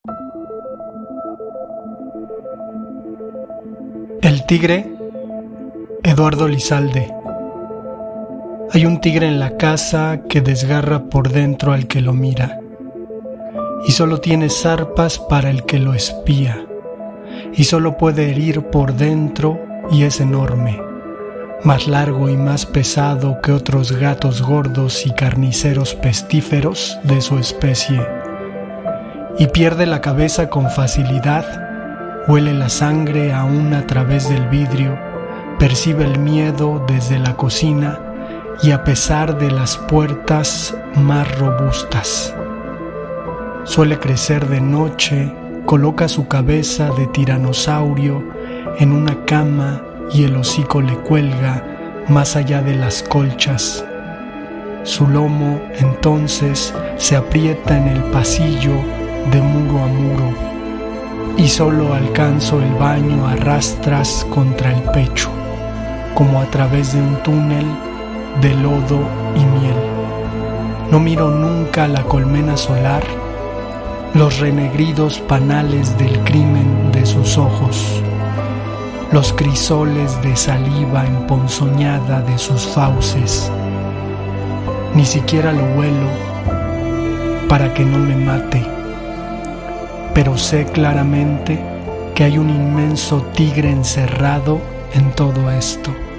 El tigre, Eduardo Lizalde. Hay un tigre en la casa que desgarra por dentro al que lo mira, y solo tiene zarpas para el que lo espía, y solo puede herir por dentro y es enorme, más largo y más pesado que otros gatos gordos y carniceros pestíferos de su especie, y pierde la cabeza con facilidad. Huele la sangre aún a través del vidrio, percibe el miedo desde la cocina y a pesar de las puertas más robustas. Suele crecer de noche, coloca su cabeza de tiranosaurio en una cama y el hocico le cuelga más allá de las colchas. Su lomo entonces se aprieta en el pasillo de muro a muro, y solo alcanzo el baño a rastras contra el pecho, como a través de un túnel de lodo y miel. No miro nunca la colmena solar, los renegridos panales del crimen de sus ojos, los crisoles de saliva emponzoñada de sus fauces. Ni siquiera lo huelo para que no me mate. Pero sé claramente que hay un inmenso tigre encerrado en todo esto.